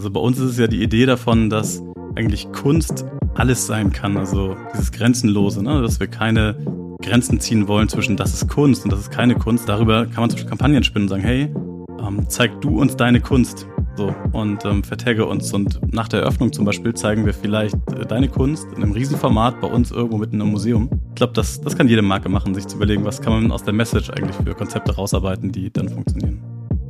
Also bei uns ist es ja die Idee davon, dass eigentlich Kunst alles sein kann, also dieses Grenzenlose, ne? Dass wir keine Grenzen ziehen wollen zwischen das ist Kunst und das ist keine Kunst. Darüber kann man zum Beispiel Kampagnen spinnen und sagen, hey, zeig du uns deine Kunst so und vertagge uns. Und nach der Eröffnung zum Beispiel zeigen wir vielleicht deine Kunst in einem Riesenformat bei uns irgendwo mitten im Museum. Ich glaube, das kann jede Marke machen, sich zu überlegen, was kann man aus der Message eigentlich für Konzepte rausarbeiten, die dann funktionieren.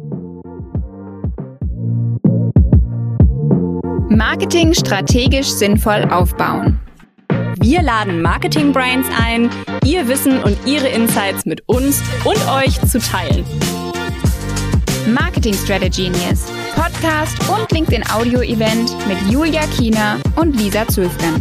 Marketing strategisch sinnvoll aufbauen. Wir laden Marketing-Brains ein, ihr Wissen und ihre Insights mit uns und euch zu teilen. Marketing Strategy Genius, Podcast und LinkedIn-Audio-Event mit Julia Kiener und Lisa Zöfgen.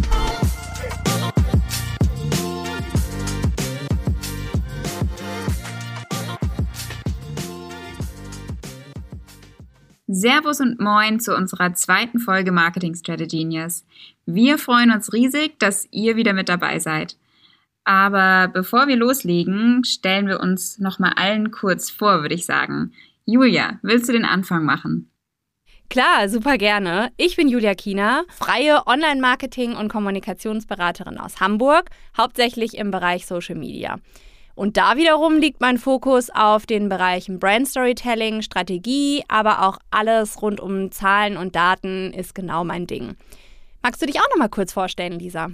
Servus und Moin zu unserer zweiten Folge Marketing Strategy Genius. Wir freuen uns riesig, dass ihr wieder mit dabei seid. Aber bevor wir loslegen, stellen wir uns nochmal allen kurz vor, würde ich sagen. Julia, willst du den Anfang machen? Klar, super gerne. Ich bin Julia Kiener, freie Online-Marketing- und Kommunikationsberaterin aus Hamburg, hauptsächlich im Bereich Social Media. Und da wiederum liegt mein Fokus auf den Bereichen Brand Storytelling, Strategie, aber auch alles rund um Zahlen und Daten ist genau mein Ding. Magst du dich auch noch mal kurz vorstellen, Lisa?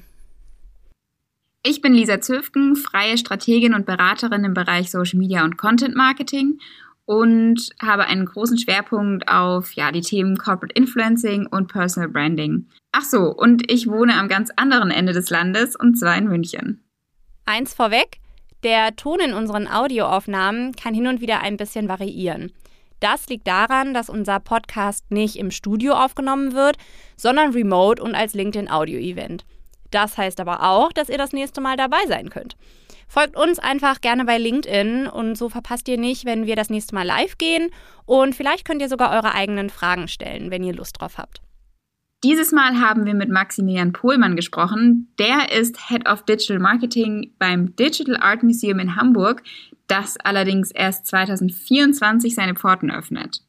Ich bin Lisa Zöfgen, freie Strategin und Beraterin im Bereich Social Media und Content Marketing und habe einen großen Schwerpunkt auf die Themen Corporate Influencing und Personal Branding. Ach so, und ich wohne am ganz anderen Ende des Landes und zwar in München. Eins vorweg. Der Ton in unseren Audioaufnahmen kann hin und wieder ein bisschen variieren. Das liegt daran, dass unser Podcast nicht im Studio aufgenommen wird, sondern remote und als LinkedIn-Audio-Event. Das heißt aber auch, dass ihr das nächste Mal dabei sein könnt. Folgt uns einfach gerne bei LinkedIn und so verpasst ihr nicht, wenn wir das nächste Mal live gehen und vielleicht könnt ihr sogar eure eigenen Fragen stellen, wenn ihr Lust drauf habt. Dieses Mal haben wir mit Maximilian Pohlmann gesprochen. Der ist Head of Digital Marketing beim Digital Art Museum in Hamburg, das allerdings erst 2024 seine Pforten öffnet.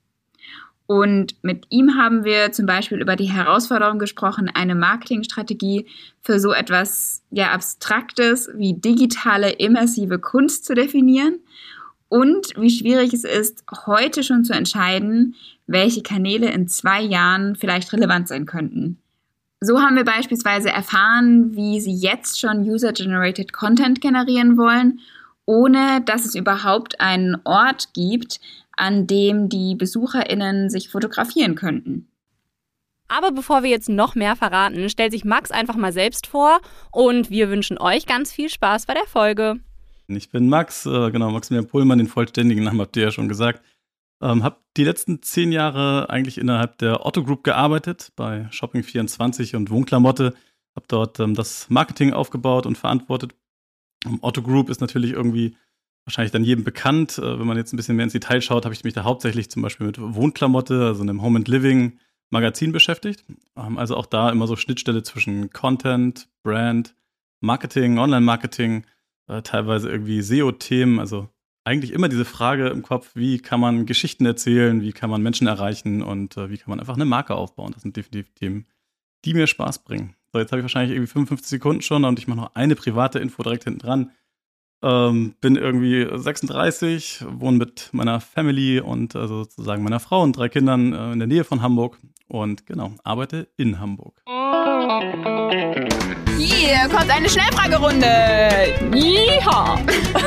Und mit ihm haben wir zum Beispiel über die Herausforderung gesprochen, eine Marketingstrategie für so etwas Abstraktes wie digitale, immersive Kunst zu definieren und wie schwierig es ist, heute schon zu entscheiden, welche Kanäle in 2 Jahren vielleicht relevant sein könnten. So haben wir beispielsweise erfahren, wie sie jetzt schon User-Generated Content generieren wollen, ohne dass es überhaupt einen Ort gibt, an dem die BesucherInnen sich fotografieren könnten. Aber bevor wir jetzt noch mehr verraten, stellt sich Max einfach mal selbst vor und wir wünschen euch ganz viel Spaß bei der Folge. Ich bin Max, Maximilian Pohlmann, den vollständigen Namen habt ihr ja schon gesagt. Habe die letzten 10 Jahre eigentlich innerhalb der Otto Group gearbeitet, bei Shopping24 und Wohnklamotte. Habe dort das Marketing aufgebaut und verantwortet. Otto Group ist natürlich irgendwie wahrscheinlich dann jedem bekannt. Wenn man jetzt ein bisschen mehr ins Detail schaut, habe ich mich da hauptsächlich zum Beispiel mit Wohnklamotte, also einem Home and Living Magazin beschäftigt. Also auch da immer so Schnittstelle zwischen Content, Brand, Marketing, Online-Marketing, teilweise irgendwie SEO-Themen, also eigentlich immer diese Frage im Kopf, wie kann man Geschichten erzählen, wie kann man Menschen erreichen und wie kann man einfach eine Marke aufbauen. Das sind definitiv Themen, die mir Spaß bringen. So, jetzt habe ich wahrscheinlich irgendwie 55 Sekunden schon und ich mache noch eine private Info direkt hinten dran. Bin irgendwie 36, wohne mit meiner Family und sozusagen meiner Frau und 3 Kindern in der Nähe von Hamburg und genau, arbeite in Hamburg. Hier kommt eine Schnellfragerunde. Yeehaw!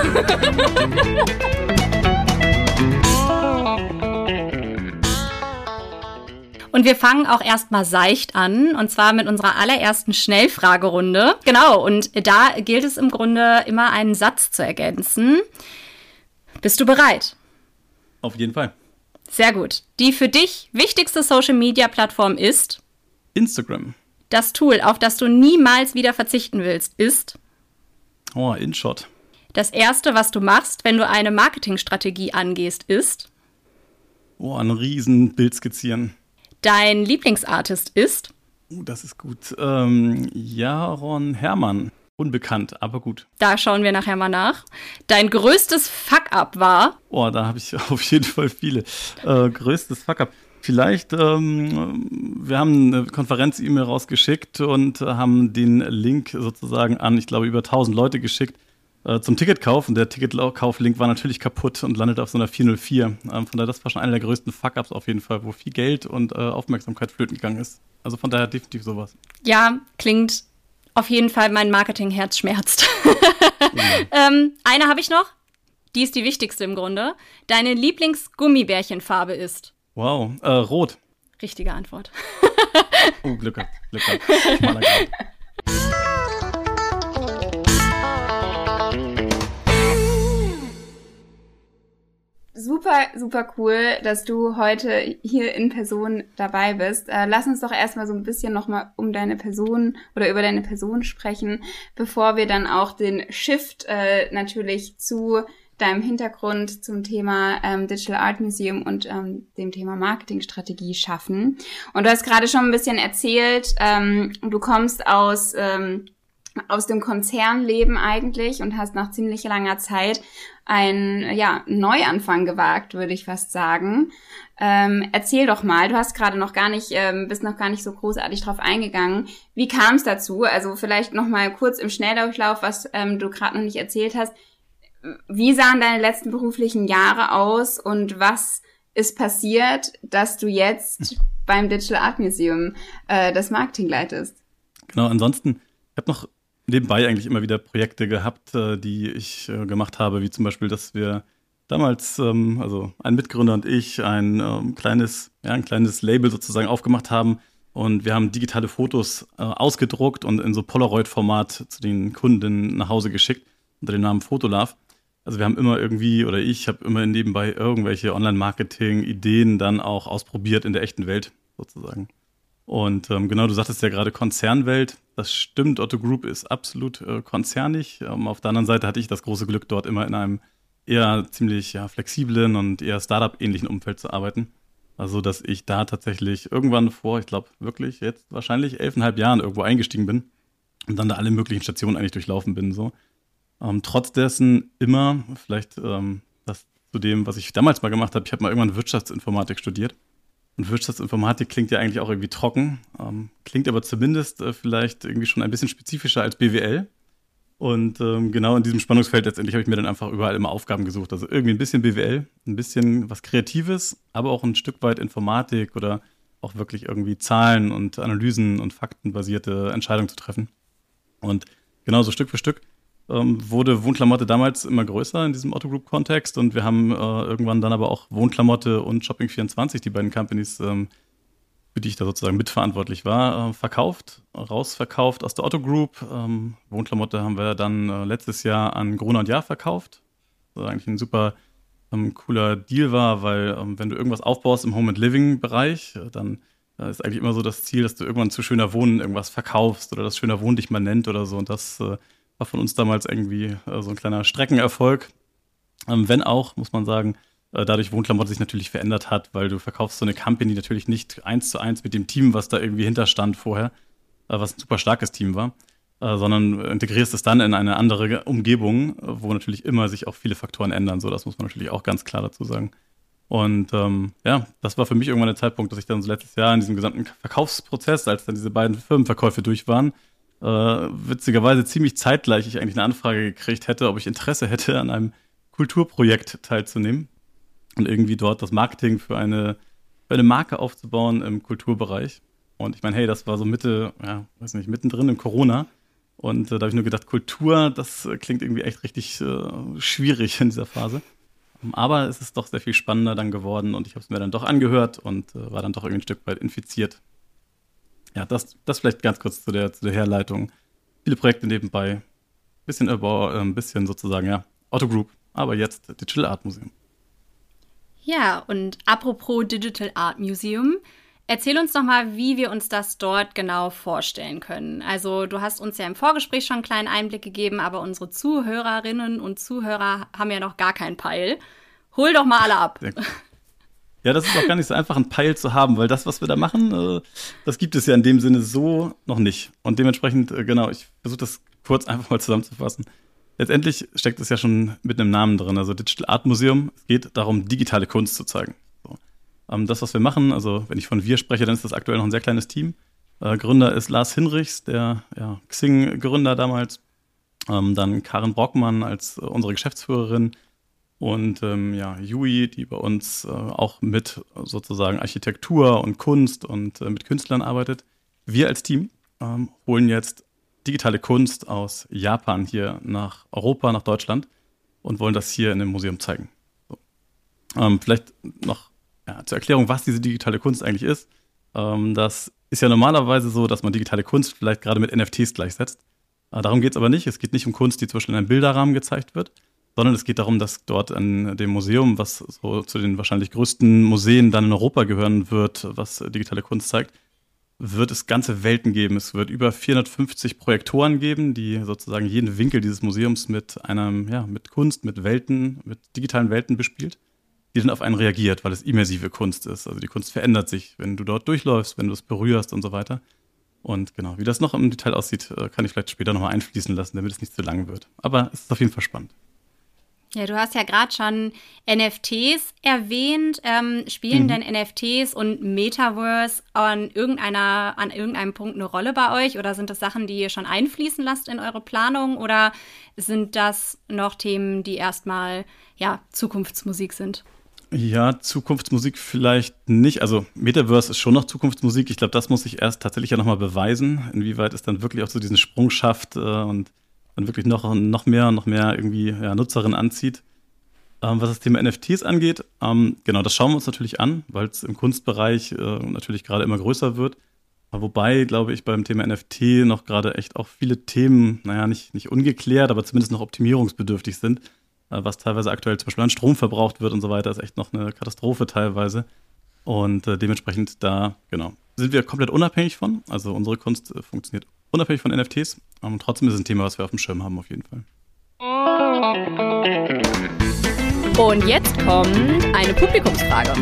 Und wir fangen auch erstmal seicht an, und zwar mit unserer allerersten Schnellfragerunde. Genau, und da gilt es im Grunde immer einen Satz zu ergänzen. Bist du bereit? Auf jeden Fall. Sehr gut. Die für dich wichtigste Social-Media-Plattform ist? Instagram. Das Tool, auf das du niemals wieder verzichten willst, ist? InShot. Das Erste, was du machst, wenn du eine Marketingstrategie angehst, ist? Ein Riesenbild skizzieren. Dein Lieblingsartist ist? Das ist gut. Jaron Hermann. Unbekannt, aber gut. Da schauen wir nachher mal nach. Dein größtes Fuck-up war? Da habe ich auf jeden Fall viele. Größtes Fuck-up. Vielleicht, wenn wir haben eine Konferenz-E-Mail rausgeschickt und haben den Link sozusagen an, ich glaube, über 1000 Leute geschickt zum Ticketkauf. Und der Ticketkauf-Link war natürlich kaputt und landete auf so einer 404. Von daher, das war schon einer der größten Fuck-Ups auf jeden Fall, wo viel Geld und Aufmerksamkeit flöten gegangen ist. Also von daher definitiv sowas. Ja, klingt auf jeden Fall, mein Marketingherz schmerzt. Eine habe ich noch. Die ist die wichtigste im Grunde. Deine Lieblings-Gummibärchenfarbe ist? Wow, rot. Richtige Antwort. Oh, Glück gehabt. Schmaler Grad. Super, super cool, dass du heute hier in Person dabei bist. Lass uns doch erstmal so ein bisschen nochmal um deine Person oder über deine Person sprechen, bevor wir dann auch den Shift natürlich zu deinem Hintergrund zum Thema Digital Art Museum und dem Thema Marketingstrategie schaffen. Und du hast gerade schon ein bisschen erzählt, du kommst aus dem Konzernleben eigentlich und hast nach ziemlich langer Zeit einen Neuanfang gewagt, würde ich fast sagen. Erzähl doch mal, du hast gerade noch gar nicht, bist noch gar nicht so großartig drauf eingegangen. Wie kam es dazu? Also vielleicht noch mal kurz im Schnelldurchlauf, was du gerade noch nicht erzählt hast. Wie sahen deine letzten beruflichen Jahre aus und was ist passiert, dass du jetzt beim Digital Art Museum das Marketing leitest? Genau, ansonsten, ich habe noch nebenbei eigentlich immer wieder Projekte gehabt, die ich gemacht habe, wie zum Beispiel, dass wir damals, also ein Mitgründer und ich, ein kleines Label sozusagen aufgemacht haben und wir haben digitale Fotos ausgedruckt und in so Polaroid-Format zu den Kunden nach Hause geschickt unter dem Namen Photolove. Also wir haben immer irgendwie, oder ich habe immer nebenbei irgendwelche Online-Marketing-Ideen dann auch ausprobiert in der echten Welt sozusagen. Und genau, du sagtest ja gerade Konzernwelt, das stimmt, Otto Group ist absolut konzernig. Auf der anderen Seite hatte ich das große Glück, dort immer in einem eher ziemlich flexiblen und eher Startup-ähnlichen Umfeld zu arbeiten. Also, dass ich da tatsächlich irgendwann vor, ich glaube wirklich jetzt wahrscheinlich 11,5 Jahren irgendwo eingestiegen bin und dann da alle möglichen Stationen eigentlich durchlaufen bin. So. Trotz dessen immer, vielleicht das zu dem, was ich damals mal gemacht habe, ich habe mal irgendwann Wirtschaftsinformatik studiert. Und Wirtschaftsinformatik klingt ja eigentlich auch irgendwie trocken, klingt aber zumindest vielleicht irgendwie schon ein bisschen spezifischer als BWL. Und genau in diesem Spannungsfeld letztendlich habe ich mir dann einfach überall immer Aufgaben gesucht. Also irgendwie ein bisschen BWL, ein bisschen was Kreatives, aber auch ein Stück weit Informatik oder auch wirklich irgendwie Zahlen und Analysen und faktenbasierte Entscheidungen zu treffen. Und genauso Stück für Stück wurde Wohnklamotte damals immer größer in diesem Otto Group-Kontext und wir haben irgendwann dann aber auch Wohnklamotte und Shopping24, die beiden Companies, für die ich da sozusagen mitverantwortlich war, rausverkauft aus der Otto Group. Wohnklamotte haben wir dann letztes Jahr an Gruner und Jahr verkauft. Was eigentlich ein super cooler Deal war, weil wenn du irgendwas aufbaust im Home-and-Living-Bereich, dann ist eigentlich immer so das Ziel, dass du irgendwann zu Schöner Wohnen irgendwas verkaufst oder dass Schöner Wohnen dich mal nennt oder so und das war von uns damals irgendwie so ein kleiner Streckenerfolg. Wenn auch, muss man sagen, dadurch Wohnklamotte sich natürlich verändert hat, weil du verkaufst so eine Company natürlich nicht 1:1 mit dem Team, was da irgendwie hinterstand vorher, was ein super starkes Team war, sondern integrierst es dann in eine andere Umgebung, wo natürlich immer sich auch viele Faktoren ändern. So, das muss man natürlich auch ganz klar dazu sagen. Und das war für mich irgendwann der Zeitpunkt, dass ich dann so letztes Jahr in diesem gesamten Verkaufsprozess, als dann diese beiden Firmenverkäufe durch waren, witzigerweise ziemlich zeitgleich ich eigentlich eine Anfrage gekriegt hätte, ob ich Interesse hätte, an einem Kulturprojekt teilzunehmen und irgendwie dort das Marketing für eine Marke aufzubauen im Kulturbereich. Und ich meine, hey, das war so mittendrin im Corona. Und da habe ich nur gedacht, Kultur, das klingt irgendwie echt richtig schwierig in dieser Phase. Aber es ist doch sehr viel spannender dann geworden und ich habe es mir dann doch angehört und war dann doch irgendwie ein Stück weit infiziert. Ja, das vielleicht ganz kurz zu der Herleitung. Viele Projekte nebenbei, bisschen sozusagen, ja, Otto Group, aber jetzt Digital Art Museum. Ja, und apropos Digital Art Museum, erzähl uns doch mal, wie wir uns das dort genau vorstellen können. Also du hast uns ja im Vorgespräch schon einen kleinen Einblick gegeben, aber unsere Zuhörerinnen und Zuhörer haben ja noch gar keinen Peil. Hol doch mal alle ab. Ja, das ist auch gar nicht so einfach, einen Peil zu haben, weil das, was wir da machen, das gibt es ja in dem Sinne so noch nicht. Und dementsprechend, genau, ich versuche das kurz einfach mal zusammenzufassen. Letztendlich steckt es ja schon mit einem Namen drin, also Digital Art Museum. Es geht darum, digitale Kunst zu zeigen. So. Das, was wir machen, also wenn ich von wir spreche, dann ist das aktuell noch ein sehr kleines Team. Gründer ist Lars Hinrichs, der Xing-Gründer damals. Dann Karin Brockmann als unsere Geschäftsführerin und Yui, die bei uns auch mit sozusagen Architektur und Kunst und mit Künstlern arbeitet. Wir als Team holen jetzt digitale Kunst aus Japan hier nach Europa, nach Deutschland und wollen das hier in dem Museum zeigen. So. Vielleicht noch zur Erklärung, was diese digitale Kunst eigentlich ist. Das ist ja normalerweise so, dass man digitale Kunst vielleicht gerade mit NFTs gleichsetzt. Darum geht es aber nicht. Es geht nicht um Kunst, die zum Beispiel in einem Bilderrahmen gezeigt wird, sondern es geht darum, dass dort in dem Museum, was so zu den wahrscheinlich größten Museen dann in Europa gehören wird, was digitale Kunst zeigt, wird es ganze Welten geben. Es wird über 450 Projektoren geben, die sozusagen jeden Winkel dieses Museums mit Kunst, mit Welten, mit digitalen Welten bespielt, die dann auf einen reagiert, weil es immersive Kunst ist. Also die Kunst verändert sich, wenn du dort durchläufst, wenn du es berührst und so weiter. Und genau, wie das noch im Detail aussieht, kann ich vielleicht später nochmal einfließen lassen, damit es nicht zu lang wird. Aber es ist auf jeden Fall spannend. Ja, du hast ja gerade schon NFTs erwähnt. Spielen denn NFTs und Metaverse an irgendeinem Punkt eine Rolle bei euch? Oder sind das Sachen, die ihr schon einfließen lasst in eure Planung? Oder sind das noch Themen, die erstmal Zukunftsmusik sind? Ja, Zukunftsmusik vielleicht nicht. Also Metaverse ist schon noch Zukunftsmusik. Ich glaube, das muss ich erst tatsächlich ja nochmal beweisen, inwieweit es dann wirklich auch so diesen Sprung schafft und dann wirklich noch mehr irgendwie Nutzerinnen anzieht. Was das Thema NFTs angeht, genau, das schauen wir uns natürlich an, weil es im Kunstbereich natürlich gerade immer größer wird. Wobei, glaube ich, beim Thema NFT noch gerade echt auch viele Themen, nicht ungeklärt, aber zumindest noch optimierungsbedürftig sind. Was teilweise aktuell zum Beispiel an Strom verbraucht wird und so weiter, ist echt noch eine Katastrophe teilweise. Und dementsprechend sind wir komplett unabhängig von. Also unsere Kunst funktioniert unabhängig von NFTs. Und trotzdem ist es ein Thema, was wir auf dem Schirm haben, auf jeden Fall. Und jetzt kommt eine Publikumsfrage.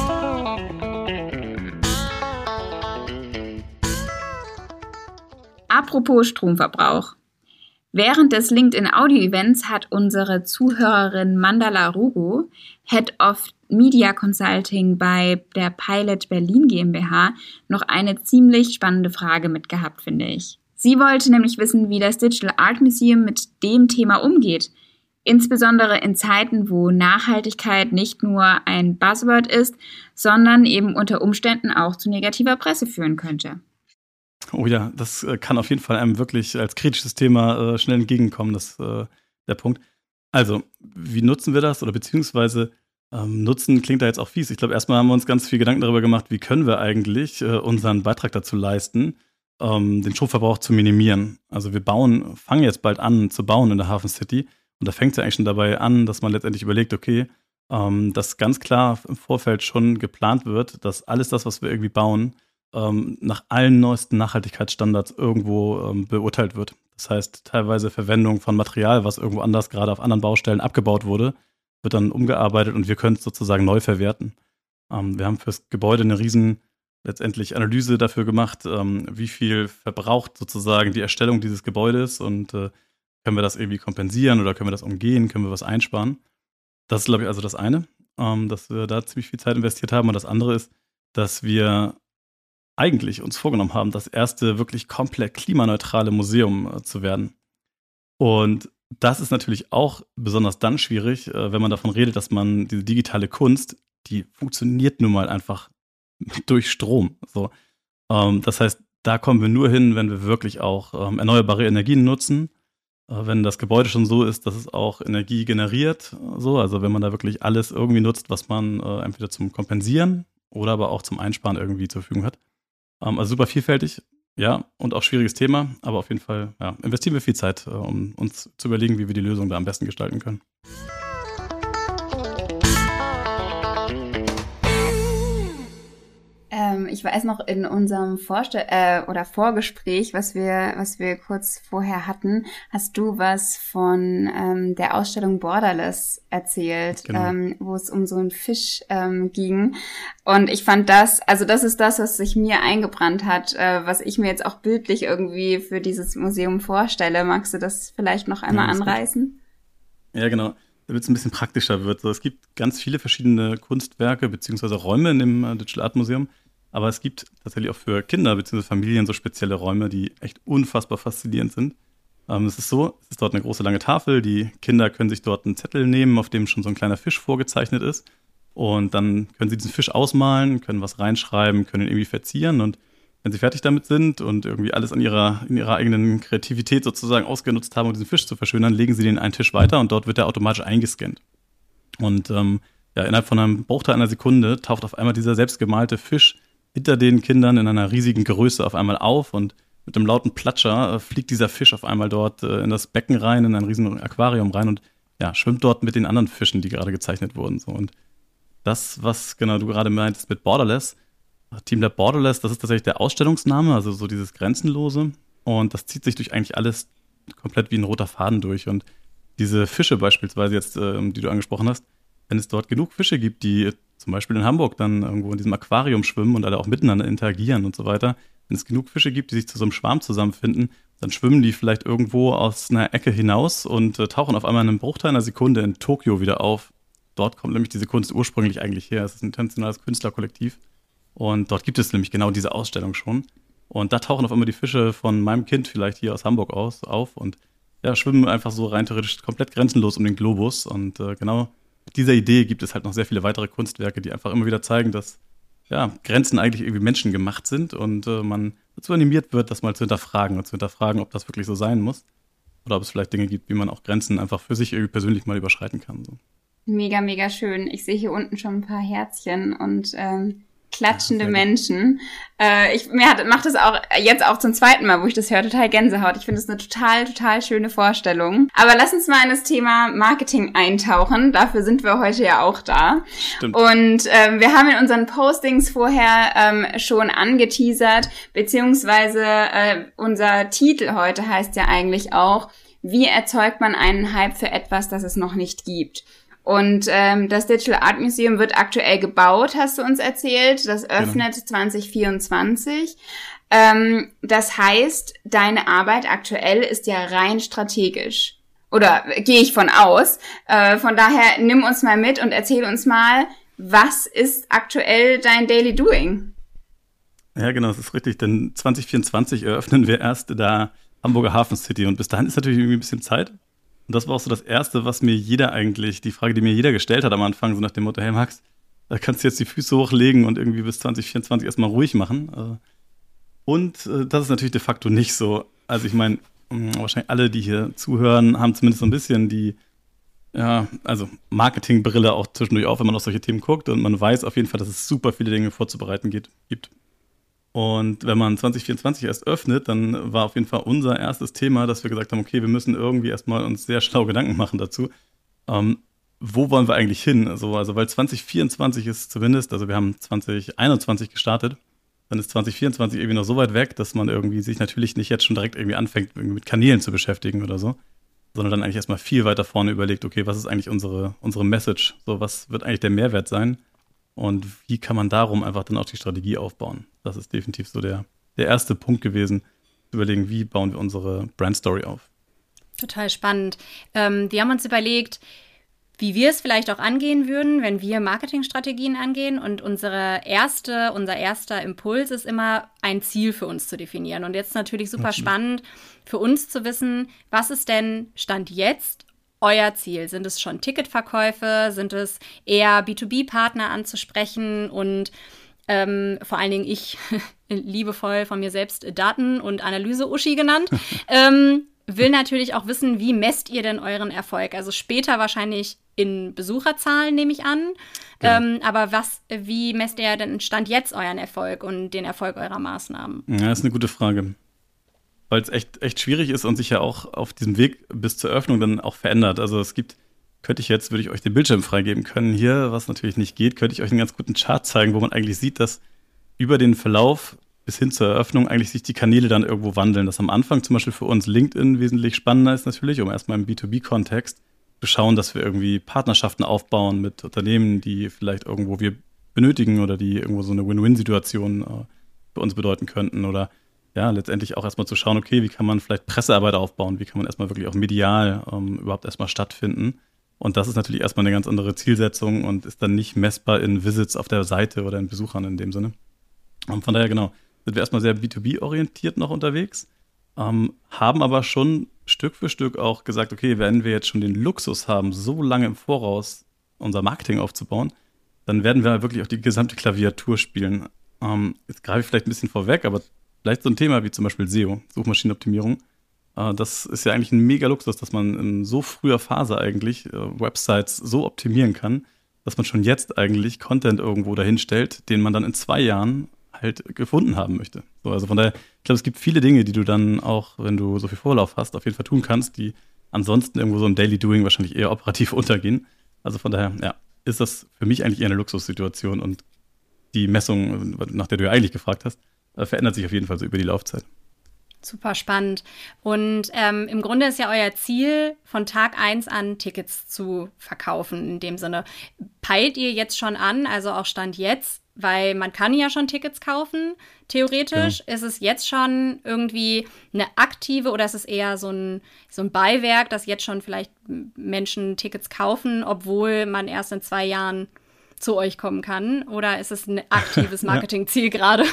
Apropos Stromverbrauch. Während des LinkedIn-Audio-Events hat unsere Zuhörerin Mandala Rugo, Head of Media Consulting bei der Pilot Berlin GmbH, noch eine ziemlich spannende Frage mitgehabt, finde ich. Sie wollte nämlich wissen, wie das Digital Art Museum mit dem Thema umgeht. Insbesondere in Zeiten, wo Nachhaltigkeit nicht nur ein Buzzword ist, sondern eben unter Umständen auch zu negativer Presse führen könnte. Oh ja, das kann auf jeden Fall einem wirklich als kritisches Thema schnell entgegenkommen, das der Punkt. Also, wie nutzen wir das? Oder beziehungsweise nutzen klingt da jetzt auch fies. Ich glaube, erstmal haben wir uns ganz viel Gedanken darüber gemacht, wie können wir eigentlich unseren Beitrag dazu leisten, den Stromverbrauch zu minimieren. Also wir fangen jetzt bald an zu bauen in der Hafen City. Und da fängt es ja eigentlich schon dabei an, dass man letztendlich überlegt, okay, dass ganz klar im Vorfeld schon geplant wird, dass alles das, was wir irgendwie bauen, nach allen neuesten Nachhaltigkeitsstandards irgendwo beurteilt wird. Das heißt, teilweise Verwendung von Material, was irgendwo anders, gerade auf anderen Baustellen abgebaut wurde, wird dann umgearbeitet und wir können es sozusagen neu verwerten. Wir haben fürs Gebäude eine riesen letztendlich Analyse dafür gemacht, wie viel verbraucht sozusagen die Erstellung dieses Gebäudes und können wir das irgendwie kompensieren oder können wir das umgehen, können wir was einsparen. Das ist, glaube ich, also das eine, dass wir da ziemlich viel Zeit investiert haben. Und das andere ist, dass wir eigentlich uns vorgenommen haben, das erste wirklich komplett klimaneutrale Museum zu werden. Und das ist natürlich auch besonders dann schwierig, wenn man davon redet, dass man diese digitale Kunst, die funktioniert nun mal einfach durch Strom. So. Das heißt, da kommen wir nur hin, wenn wir wirklich auch erneuerbare Energien nutzen, wenn das Gebäude schon so ist, dass es auch Energie generiert. So. Also wenn man da wirklich alles irgendwie nutzt, was man entweder zum Kompensieren oder aber auch zum Einsparen irgendwie zur Verfügung hat. Also super vielfältig, ja, und auch schwieriges Thema, aber auf jeden Fall investieren wir viel Zeit, um uns zu überlegen, wie wir die Lösung da am besten gestalten können. Ich weiß noch in unserem Vorgespräch, was wir kurz vorher hatten, hast du was von der Ausstellung Borderless erzählt, genau. Wo es um so einen Fisch ging. Und ich fand das ist das, was sich mir eingebrannt hat, was ich mir jetzt auch bildlich irgendwie für dieses Museum vorstelle. Magst du das vielleicht noch einmal anreißen? Ja, genau. damit es ein bisschen praktischer wird. So, es gibt ganz viele verschiedene Kunstwerke bzw. Räume in dem Digital Art Museum, aber es gibt tatsächlich auch für Kinder bzw. Familien so spezielle Räume, die echt unfassbar faszinierend sind. Es ist so, es ist dort eine große lange Tafel, die Kinder können sich dort einen Zettel nehmen, auf dem schon so ein kleiner Fisch vorgezeichnet ist und dann können sie diesen Fisch ausmalen, können was reinschreiben, können ihn irgendwie verzieren und wenn sie fertig damit sind und irgendwie alles in ihrer eigenen Kreativität sozusagen ausgenutzt haben, um diesen Fisch zu verschönern, legen sie den einen Tisch weiter und dort wird er automatisch eingescannt. Und innerhalb von einem Bruchteil einer Sekunde taucht auf einmal dieser selbstgemalte Fisch hinter den Kindern in einer riesigen Größe auf einmal auf und mit einem lauten Platscher fliegt dieser Fisch auf einmal dort in das Becken rein, in ein riesen Aquarium rein und schwimmt dort mit den anderen Fischen, die gerade gezeichnet wurden. So. Und das, was genau du gerade meintest mit Borderless, Teamlab Borderless, das ist tatsächlich der Ausstellungsname, also so dieses Grenzenlose. Und das zieht sich durch eigentlich alles komplett wie ein roter Faden durch. Und diese Fische beispielsweise jetzt, die du angesprochen hast, wenn es dort genug Fische gibt, die zum Beispiel in Hamburg dann irgendwo in diesem Aquarium schwimmen und alle auch miteinander interagieren und so weiter, wenn es genug Fische gibt, die sich zu so einem Schwarm zusammenfinden, dann schwimmen die vielleicht irgendwo aus einer Ecke hinaus und tauchen auf einmal in einem Bruchteil einer Sekunde in Tokio wieder auf. Dort kommt nämlich diese Kunst ursprünglich eigentlich her. Es ist ein internationales Künstlerkollektiv. Und dort gibt es nämlich genau diese Ausstellung schon. Und da tauchen auf einmal die Fische von meinem Kind vielleicht hier aus Hamburg auf und schwimmen einfach so rein theoretisch komplett grenzenlos um den Globus. Und genau mit dieser Idee gibt es halt noch sehr viele weitere Kunstwerke, die einfach immer wieder zeigen, dass Grenzen eigentlich irgendwie menschengemacht sind und man dazu animiert wird, das mal zu hinterfragen und zu hinterfragen, ob das wirklich so sein muss. Oder ob es vielleicht Dinge gibt, wie man auch Grenzen einfach für sich irgendwie persönlich mal überschreiten kann. So. Mega, mega schön. Ich sehe hier unten schon ein paar Herzchen und klatschende Menschen. Macht das auch jetzt auch zum zweiten Mal, wo ich das höre, total Gänsehaut. Ich finde es eine total, total schöne Vorstellung. Aber lass uns mal in das Thema Marketing eintauchen. Dafür sind wir heute ja auch da. Stimmt. Und wir haben in unseren Postings vorher schon angeteasert, beziehungsweise unser Titel heute heißt ja eigentlich auch, wie erzeugt man einen Hype für etwas, das es noch nicht gibt? Und das Digital Art Museum wird aktuell gebaut, hast du uns erzählt. Das öffnet 2024. Das heißt, deine Arbeit aktuell ist ja rein strategisch. Oder gehe ich von aus. Von daher nimm uns mal mit und erzähl uns mal, was ist aktuell dein Daily Doing? Ja, genau, das ist richtig. Denn 2024 eröffnen wir erst da Hamburger Hafen City. Und bis dahin ist natürlich irgendwie ein bisschen Zeit. Und das war auch so das Erste, was mir die Frage, die mir jeder gestellt hat am Anfang, so nach dem Motto, hey Max, kannst du jetzt die Füße hochlegen und irgendwie bis 2024 erstmal ruhig machen? Und das ist natürlich de facto nicht so. Also ich meine, wahrscheinlich alle, die hier zuhören, haben zumindest so ein bisschen die Marketingbrille auch zwischendurch auf, wenn man auf solche Themen guckt. Und man weiß auf jeden Fall, dass es super viele Dinge vorzubereiten gibt. Und wenn man 2024 erst öffnet, dann war auf jeden Fall unser erstes Thema, dass wir gesagt haben, okay, wir müssen irgendwie erstmal uns sehr schlau Gedanken machen dazu. Wo wollen wir eigentlich hin? Also weil 2024 ist zumindest, also wir haben 2021 gestartet, dann ist 2024 irgendwie noch so weit weg, dass man irgendwie sich natürlich nicht jetzt schon direkt irgendwie anfängt, irgendwie mit Kanälen zu beschäftigen oder so, sondern dann eigentlich erstmal viel weiter vorne überlegt, okay, was ist eigentlich unsere Message? So, was wird eigentlich der Mehrwert sein? Und wie kann man darum einfach dann auch die Strategie aufbauen? Das ist definitiv so der erste Punkt gewesen, zu überlegen, wie bauen wir unsere Brandstory auf. Total spannend. Wir haben uns überlegt, wie wir es vielleicht auch angehen würden, wenn wir Marketingstrategien angehen. Und unser erster Impuls ist immer, ein Ziel für uns zu definieren. Und jetzt natürlich super spannend für uns zu wissen, was ist denn Stand jetzt euer Ziel? Sind es schon Ticketverkäufe? Sind es eher B2B-Partner anzusprechen? Und vor allen Dingen ich, liebevoll von mir selbst Daten- und Analyse-Uschi genannt, will natürlich auch wissen, wie messt ihr denn euren Erfolg? Also später wahrscheinlich in Besucherzahlen, nehme ich an. Genau. Aber wie messt ihr denn Stand jetzt euren Erfolg und den Erfolg eurer Maßnahmen? Ja, das ist eine gute Frage. Weil es echt schwierig ist und sich ja auch auf diesem Weg bis zur Öffnung dann auch verändert. Also würde ich euch den Bildschirm freigeben können hier, was natürlich nicht geht, könnte ich euch einen ganz guten Chart zeigen, wo man eigentlich sieht, dass über den Verlauf bis hin zur Eröffnung eigentlich sich die Kanäle dann irgendwo wandeln. Dass am Anfang zum Beispiel für uns LinkedIn wesentlich spannender ist natürlich, um erstmal im B2B-Kontext zu schauen, dass wir irgendwie Partnerschaften aufbauen mit Unternehmen, die vielleicht irgendwo wir benötigen oder die irgendwo so eine Win-Win-Situation für uns bedeuten könnten oder letztendlich auch erstmal zu schauen, okay, wie kann man vielleicht Pressearbeit aufbauen, wie kann man erstmal wirklich auch medial überhaupt erstmal stattfinden Und das ist natürlich erstmal eine ganz andere Zielsetzung und ist dann nicht messbar in Visits auf der Seite oder in Besuchern in dem Sinne. Und von daher, genau, sind wir erstmal sehr B2B-orientiert noch unterwegs, haben aber schon Stück für Stück auch gesagt, okay, wenn wir jetzt schon den Luxus haben, so lange im Voraus unser Marketing aufzubauen, dann werden wir wirklich auch die gesamte Klaviatur spielen. Jetzt greife ich vielleicht ein bisschen vorweg, aber vielleicht so ein Thema wie zum Beispiel SEO, Suchmaschinenoptimierung. Das ist ja eigentlich ein mega Luxus, dass man in so früher Phase eigentlich Websites so optimieren kann, dass man schon jetzt eigentlich Content irgendwo dahin stellt, den man dann in 2 Jahren halt gefunden haben möchte. So, also von daher, ich glaube, es gibt viele Dinge, die du dann auch, wenn du so viel Vorlauf hast, auf jeden Fall tun kannst, die ansonsten irgendwo so im Daily Doing wahrscheinlich eher operativ untergehen. Also von daher, ja, ist das für mich eigentlich eher eine Luxussituation und die Messung, nach der du ja eigentlich gefragt hast, verändert sich auf jeden Fall so über die Laufzeit. Super spannend. Und im Grunde ist ja euer Ziel, von Tag 1 an Tickets zu verkaufen in dem Sinne. Peilt ihr jetzt schon an, also auch Stand jetzt, weil man kann ja schon Tickets kaufen, theoretisch. Ist es jetzt schon irgendwie eine aktive oder ist es eher so ein Beiwerk, dass jetzt schon vielleicht Menschen Tickets kaufen, obwohl man erst in 2 Jahren zu euch kommen kann? Oder ist es ein aktives Marketingziel gerade?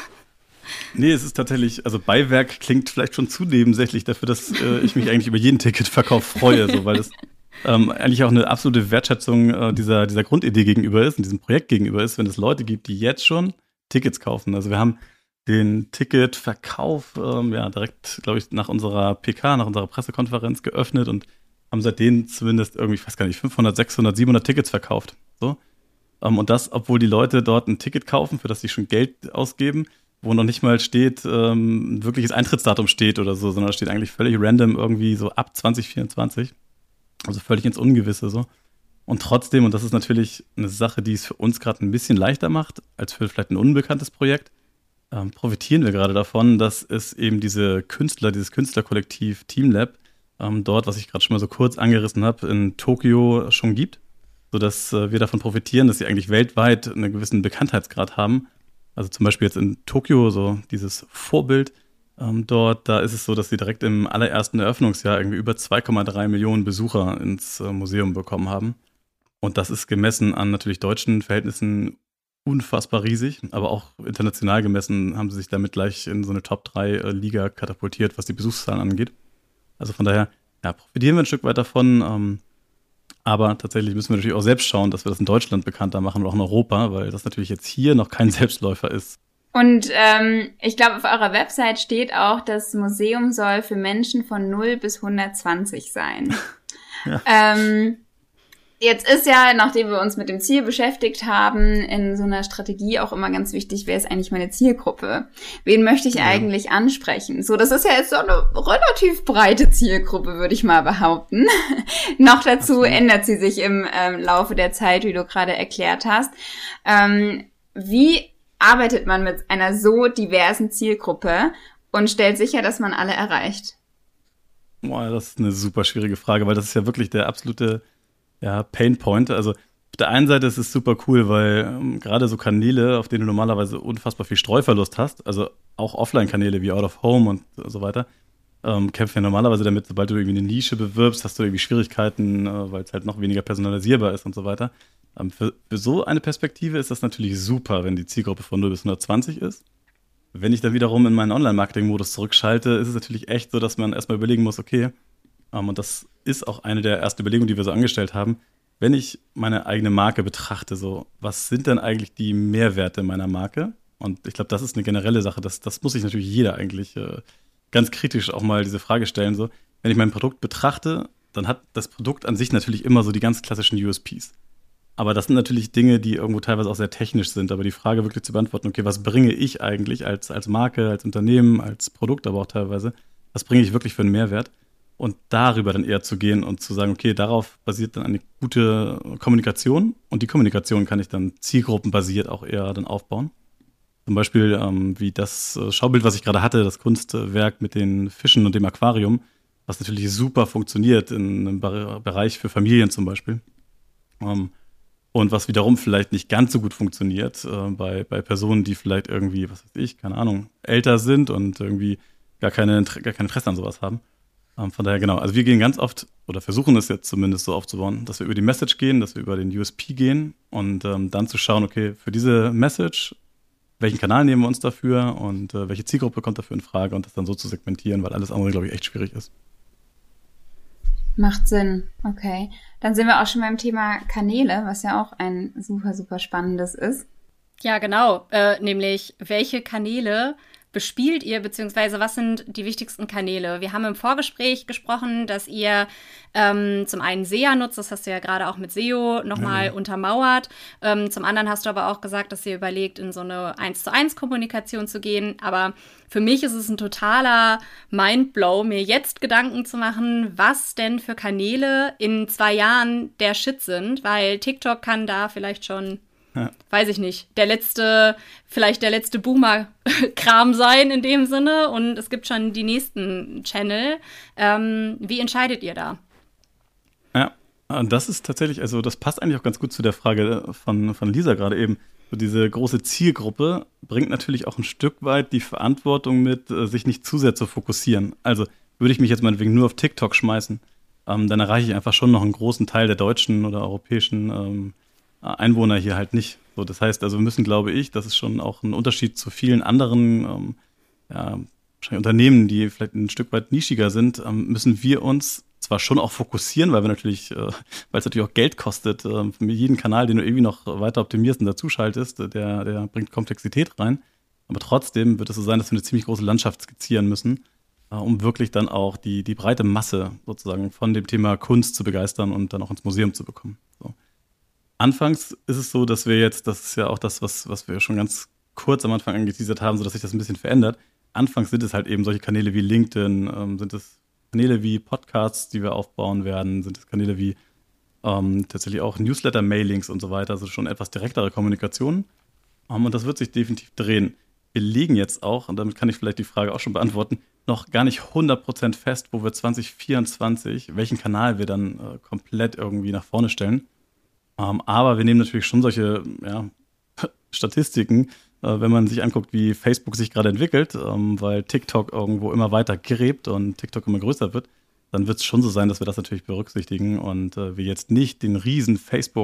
Nee, es ist tatsächlich, also Beiwerk klingt vielleicht schon zu nebensächlich dafür, dass ich mich eigentlich über jeden Ticketverkauf freue, so, weil es eigentlich auch eine absolute Wertschätzung dieser Grundidee gegenüber ist und diesem Projekt gegenüber ist, wenn es Leute gibt, die jetzt schon Tickets kaufen. Also wir haben den Ticketverkauf direkt, glaube ich, nach unserer PK, nach unserer Pressekonferenz geöffnet und haben seitdem zumindest irgendwie, ich weiß gar nicht, 500, 600, 700 Tickets verkauft. So. Und das, obwohl die Leute dort ein Ticket kaufen, für das sie schon Geld ausgeben, wo noch nicht mal steht, ein wirkliches Eintrittsdatum steht oder so, sondern da steht eigentlich völlig random irgendwie so ab 2024. Also völlig ins Ungewisse so. Und trotzdem, und das ist natürlich eine Sache, die es für uns gerade ein bisschen leichter macht, als für vielleicht ein unbekanntes Projekt, profitieren wir gerade davon, dass es eben dieses Künstlerkollektiv Teamlab dort, was ich gerade schon mal so kurz angerissen habe, in Tokio schon gibt, sodass wir davon profitieren, dass sie eigentlich weltweit einen gewissen Bekanntheitsgrad haben. Also zum Beispiel jetzt in Tokio, so dieses Vorbild dort, da ist es so, dass sie direkt im allerersten Eröffnungsjahr irgendwie über 2,3 Millionen Besucher ins Museum bekommen haben. Und das ist gemessen an natürlich deutschen Verhältnissen unfassbar riesig, aber auch international gemessen haben sie sich damit gleich in so eine Top-3-Liga katapultiert, was die Besuchszahlen angeht. Also von daher, ja, profitieren wir ein Stück weit davon, aber tatsächlich müssen wir natürlich auch selbst schauen, dass wir das in Deutschland bekannter machen und auch in Europa, weil das natürlich jetzt hier noch kein Selbstläufer ist. Und ich glaube, auf eurer Website steht auch, das Museum soll für Menschen von 0 bis 120 sein. Ja. Jetzt ist ja, nachdem wir uns mit dem Ziel beschäftigt haben, in so einer Strategie auch immer ganz wichtig, wer ist eigentlich meine Zielgruppe? Wen möchte ich eigentlich ansprechen? So, das ist ja jetzt so eine relativ breite Zielgruppe, würde ich mal behaupten. Noch dazu ändert sie sich im Laufe der Zeit, wie du gerade erklärt hast. Wie arbeitet man mit einer so diversen Zielgruppe und stellt sicher, dass man alle erreicht? Boah, das ist eine super schwierige Frage, weil das ist ja wirklich der absolute Painpoint. Also auf der einen Seite ist es super cool, weil gerade so Kanäle, auf denen du normalerweise unfassbar viel Streuverlust hast, also auch Offline-Kanäle wie Out of Home und so weiter, kämpfen ja normalerweise damit, sobald du irgendwie eine Nische bewirbst, hast du irgendwie Schwierigkeiten, weil es halt noch weniger personalisierbar ist und so weiter. Für so eine Perspektive ist das natürlich super, wenn die Zielgruppe von 0 bis 120 ist. Wenn ich dann wiederum in meinen Online-Marketing-Modus zurückschalte, ist es natürlich echt so, dass man erstmal überlegen muss, okay, und das ist auch eine der ersten Überlegungen, die wir so angestellt haben, wenn ich meine eigene Marke betrachte, so, was sind denn eigentlich die Mehrwerte meiner Marke? Und ich glaube, das ist eine generelle Sache, das muss sich natürlich jeder eigentlich ganz kritisch auch mal diese Frage stellen, so, wenn ich mein Produkt betrachte, dann hat das Produkt an sich natürlich immer so die ganz klassischen USPs. Aber das sind natürlich Dinge, die irgendwo teilweise auch sehr technisch sind. Aber die Frage wirklich zu beantworten, okay, was bringe ich eigentlich als Marke, als Unternehmen, als Produkt, aber auch teilweise, was bringe ich wirklich für einen Mehrwert? Und darüber dann eher zu gehen und zu sagen, okay, darauf basiert dann eine gute Kommunikation. Und die Kommunikation kann ich dann zielgruppenbasiert auch eher dann aufbauen. Zum Beispiel wie das Schaubild, was ich gerade hatte, das Kunstwerk mit den Fischen und dem Aquarium, was natürlich super funktioniert in einem Bereich für Familien zum Beispiel. Und was wiederum vielleicht nicht ganz so gut funktioniert bei Personen, die vielleicht irgendwie, was weiß ich, keine Ahnung, älter sind und irgendwie gar kein Interesse an sowas haben. Von daher, genau. Also wir gehen ganz oft, oder versuchen es jetzt zumindest so aufzubauen, dass wir über die Message gehen, dass wir über den USP gehen und dann zu schauen, okay, für diese Message, welchen Kanal nehmen wir uns dafür und welche Zielgruppe kommt dafür in Frage und das dann so zu segmentieren, weil alles andere, glaube ich, echt schwierig ist. Macht Sinn, okay. Dann sind wir auch schon beim Thema Kanäle, was ja auch ein super, super spannendes ist. Ja, genau. Nämlich, welche Kanäle bespielt ihr, beziehungsweise was sind die wichtigsten Kanäle? Wir haben im Vorgespräch gesprochen, dass ihr zum einen SEA nutzt, das hast du ja gerade auch mit SEO nochmal untermauert. Zum anderen hast du aber auch gesagt, dass ihr überlegt, in so eine 1:1 Kommunikation zu gehen. Aber für mich ist es ein totaler Mindblow, mir jetzt Gedanken zu machen, was denn für Kanäle in 2 Jahren der Shit sind, weil TikTok kann da vielleicht schon weiß ich nicht, vielleicht der letzte Boomer-Kram sein in dem Sinne und es gibt schon die nächsten Channel. Wie entscheidet ihr da? Ja, das ist tatsächlich, also das passt eigentlich auch ganz gut zu der Frage von Lisa gerade eben. So diese große Zielgruppe bringt natürlich auch ein Stück weit die Verantwortung mit, sich nicht zu sehr zu fokussieren. Also würde ich mich jetzt meinetwegen nur auf TikTok schmeißen, dann erreiche ich einfach schon noch einen großen Teil der deutschen oder europäischen Einwohner hier halt nicht. So, das heißt, also wir müssen, glaube ich, das ist schon auch ein Unterschied zu vielen anderen wahrscheinlich Unternehmen, die vielleicht ein Stück weit nischiger sind, müssen wir uns zwar schon auch fokussieren, weil wir natürlich, weil es natürlich auch Geld kostet, für jeden Kanal, den du irgendwie noch weiter optimierst und dazuschaltest, der bringt Komplexität rein. Aber trotzdem wird es so sein, dass wir eine ziemlich große Landschaft skizzieren müssen, um wirklich dann auch die breite Masse sozusagen von dem Thema Kunst zu begeistern und dann auch ins Museum zu bekommen. So. Anfangs ist es so, dass wir jetzt, das ist ja auch das, was wir schon ganz kurz am Anfang angeteasert haben, sodass sich das ein bisschen verändert. Anfangs sind es halt eben solche Kanäle wie LinkedIn, sind es Kanäle wie Podcasts, die wir aufbauen werden, sind es Kanäle wie tatsächlich auch Newsletter-Mailings und so weiter, also schon etwas direktere Kommunikation. Und das wird sich definitiv drehen. Wir legen jetzt auch, und damit kann ich vielleicht die Frage auch schon beantworten, noch gar nicht 100% fest, wo wir 2024, welchen Kanal wir dann komplett irgendwie nach vorne stellen. Aber wir nehmen natürlich schon solche Statistiken, wenn man sich anguckt, wie Facebook sich gerade entwickelt, weil TikTok irgendwo immer weiter gräbt und TikTok immer größer wird, dann wird es schon so sein, dass wir das natürlich berücksichtigen und wir jetzt nicht den riesen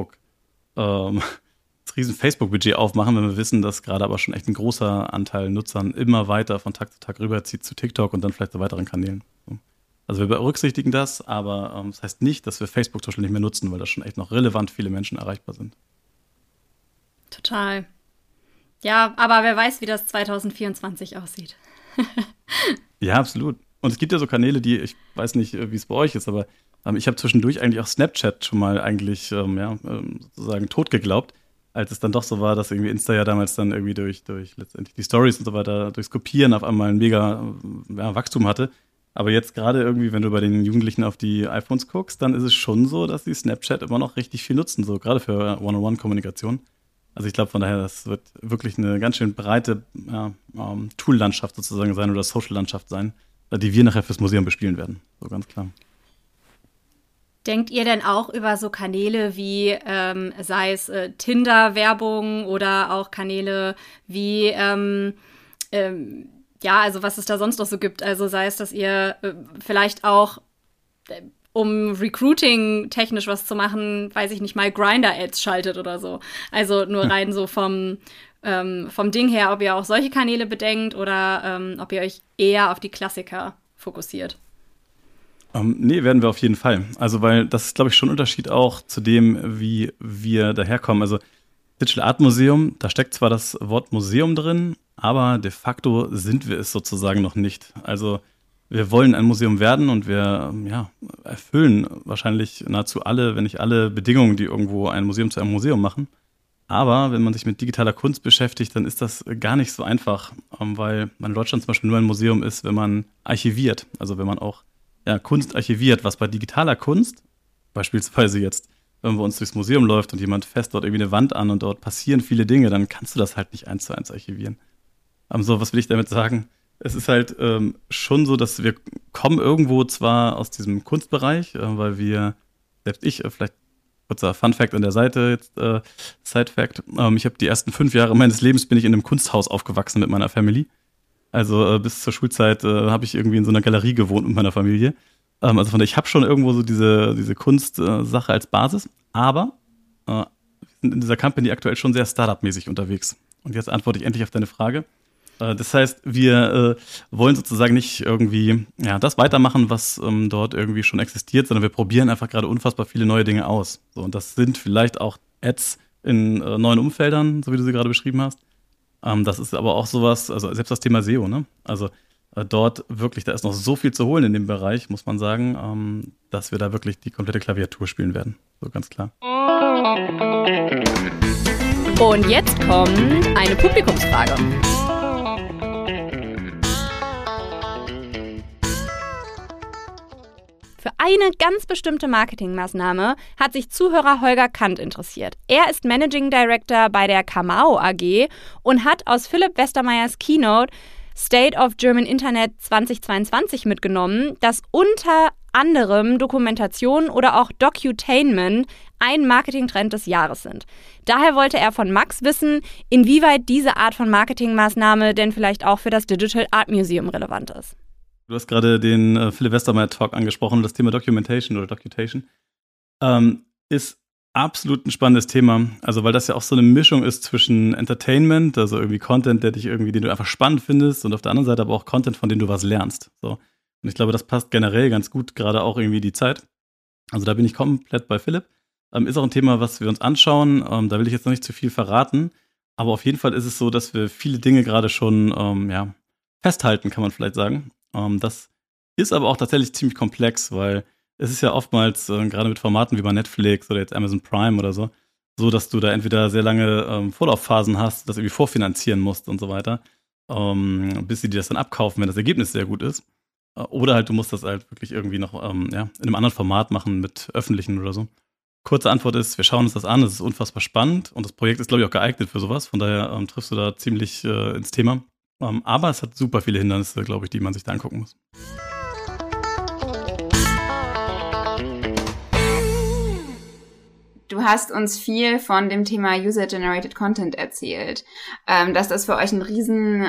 Facebook-Budget aufmachen, wenn wir wissen, dass gerade aber schon echt ein großer Anteil Nutzern immer weiter von Tag zu Tag rüberzieht zu TikTok und dann vielleicht zu weiteren Kanälen. Also wir berücksichtigen das, aber das heißt nicht, dass wir Facebook zum Beispiel nicht mehr nutzen, weil da schon echt noch relevant viele Menschen erreichbar sind. Total. Ja, aber wer weiß, wie das 2024 aussieht. Ja, absolut. Und es gibt ja so Kanäle, die, ich weiß nicht, wie es bei euch ist, aber ich habe zwischendurch eigentlich auch Snapchat schon mal eigentlich sozusagen tot geglaubt, als es dann doch so war, dass irgendwie Insta ja damals dann irgendwie durch letztendlich die Stories und so weiter, durchs Kopieren auf einmal ein mega Wachstum hatte. Aber jetzt gerade irgendwie, wenn du bei den Jugendlichen auf die iPhones guckst, dann ist es schon so, dass die Snapchat immer noch richtig viel nutzen, so gerade für One-on-One-Kommunikation. Also ich glaube von daher, das wird wirklich eine ganz schön breite Tool-Landschaft sozusagen sein oder Social-Landschaft sein, die wir nachher fürs Museum bespielen werden. So ganz klar. Denkt ihr denn auch über so Kanäle wie, sei es Tinder-Werbung oder auch Kanäle wie, also was es da sonst noch so gibt? Also sei es, dass ihr vielleicht auch, um Recruiting-technisch was zu machen, weiß ich nicht, mal Grindr-Ads schaltet oder so. Also nur rein so vom Ding her, ob ihr auch solche Kanäle bedenkt oder ob ihr euch eher auf die Klassiker fokussiert. Nee, werden wir auf jeden Fall. Also, weil das ist, glaube ich, schon ein Unterschied auch zu dem, wie wir daherkommen. Also, Digital Art Museum, da steckt zwar das Wort Museum drin, aber de facto sind wir es sozusagen noch nicht. Also, wir wollen ein Museum werden und wir erfüllen wahrscheinlich nahezu alle, wenn nicht alle Bedingungen, die irgendwo ein Museum zu einem Museum machen. Aber wenn man sich mit digitaler Kunst beschäftigt, dann ist das gar nicht so einfach, weil man in Deutschland zum Beispiel nur ein Museum ist, wenn man archiviert. Also wenn man auch Kunst archiviert, was bei digitaler Kunst, beispielsweise jetzt, wenn bei uns durchs Museum läuft und jemand fässt dort irgendwie eine Wand an und dort passieren viele Dinge, dann kannst du das halt nicht 1:1 archivieren. So, was will ich damit sagen? Es ist halt schon so, dass wir kommen irgendwo zwar aus diesem Kunstbereich, weil wir, selbst ich, vielleicht kurzer Fun-Fact an der Seite, jetzt Side-Fact, ich habe die ersten 5 Jahre meines Lebens bin ich in einem Kunsthaus aufgewachsen mit meiner Family. Also bis zur Schulzeit habe ich irgendwie in so einer Galerie gewohnt mit meiner Familie. Also von daher, ich habe schon irgendwo so diese Kunstsache als Basis, aber wir sind in dieser Company aktuell schon sehr Startup-mäßig unterwegs. Und jetzt antworte ich endlich auf deine Frage. Das heißt, wir wollen sozusagen nicht irgendwie das weitermachen, was dort irgendwie schon existiert, sondern wir probieren einfach gerade unfassbar viele neue Dinge aus. So, und das sind vielleicht auch Ads in neuen Umfeldern, so wie du sie gerade beschrieben hast. Das ist aber auch sowas, also selbst das Thema SEO, ne? Also dort wirklich, da ist noch so viel zu holen in dem Bereich, muss man sagen, dass wir da wirklich die komplette Klaviatur spielen werden. So ganz klar. Und jetzt kommt eine Publikumsfrage. Für eine ganz bestimmte Marketingmaßnahme hat sich Zuhörer Holger Kant interessiert. Er ist Managing Director bei der Kamau AG und hat aus Philipp Westermeyers Keynote State of German Internet 2022 mitgenommen, dass unter anderem Dokumentation oder auch Docutainment ein Marketingtrend des Jahres sind. Daher wollte er von Max wissen, inwieweit diese Art von Marketingmaßnahme denn vielleicht auch für das Digital Art Museum relevant ist. Du hast gerade den Philipp Westermeyer Talk angesprochen, das Thema Documentation oder Docutation ist absolut ein spannendes Thema, also weil das ja auch so eine Mischung ist zwischen Entertainment, also irgendwie Content, den du einfach spannend findest, und auf der anderen Seite aber auch Content, von dem du was lernst. So. Und ich glaube, das passt generell ganz gut, gerade auch irgendwie die Zeit. Also da bin ich komplett bei Philipp. Ist auch ein Thema, was wir uns anschauen. Da will ich jetzt noch nicht zu viel verraten, aber auf jeden Fall ist es so, dass wir viele Dinge gerade schon festhalten, kann man vielleicht sagen. Das ist aber auch tatsächlich ziemlich komplex, weil es ist ja oftmals, gerade mit Formaten wie bei Netflix oder jetzt Amazon Prime oder so, dass du da entweder sehr lange Vorlaufphasen hast, das irgendwie vorfinanzieren musst und so weiter, bis sie dir das dann abkaufen, wenn das Ergebnis sehr gut ist. Oder halt, du musst das halt wirklich irgendwie noch in einem anderen Format machen mit öffentlichen oder so. Kurze Antwort ist, wir schauen uns das an, es ist unfassbar spannend und das Projekt ist, glaube ich, auch geeignet für sowas. Von daher triffst du da ziemlich ins Thema. Aber es hat super viele Hindernisse, glaube ich, die man sich da angucken muss. Du hast uns viel von dem Thema User-Generated Content erzählt, dass das für euch ein riesen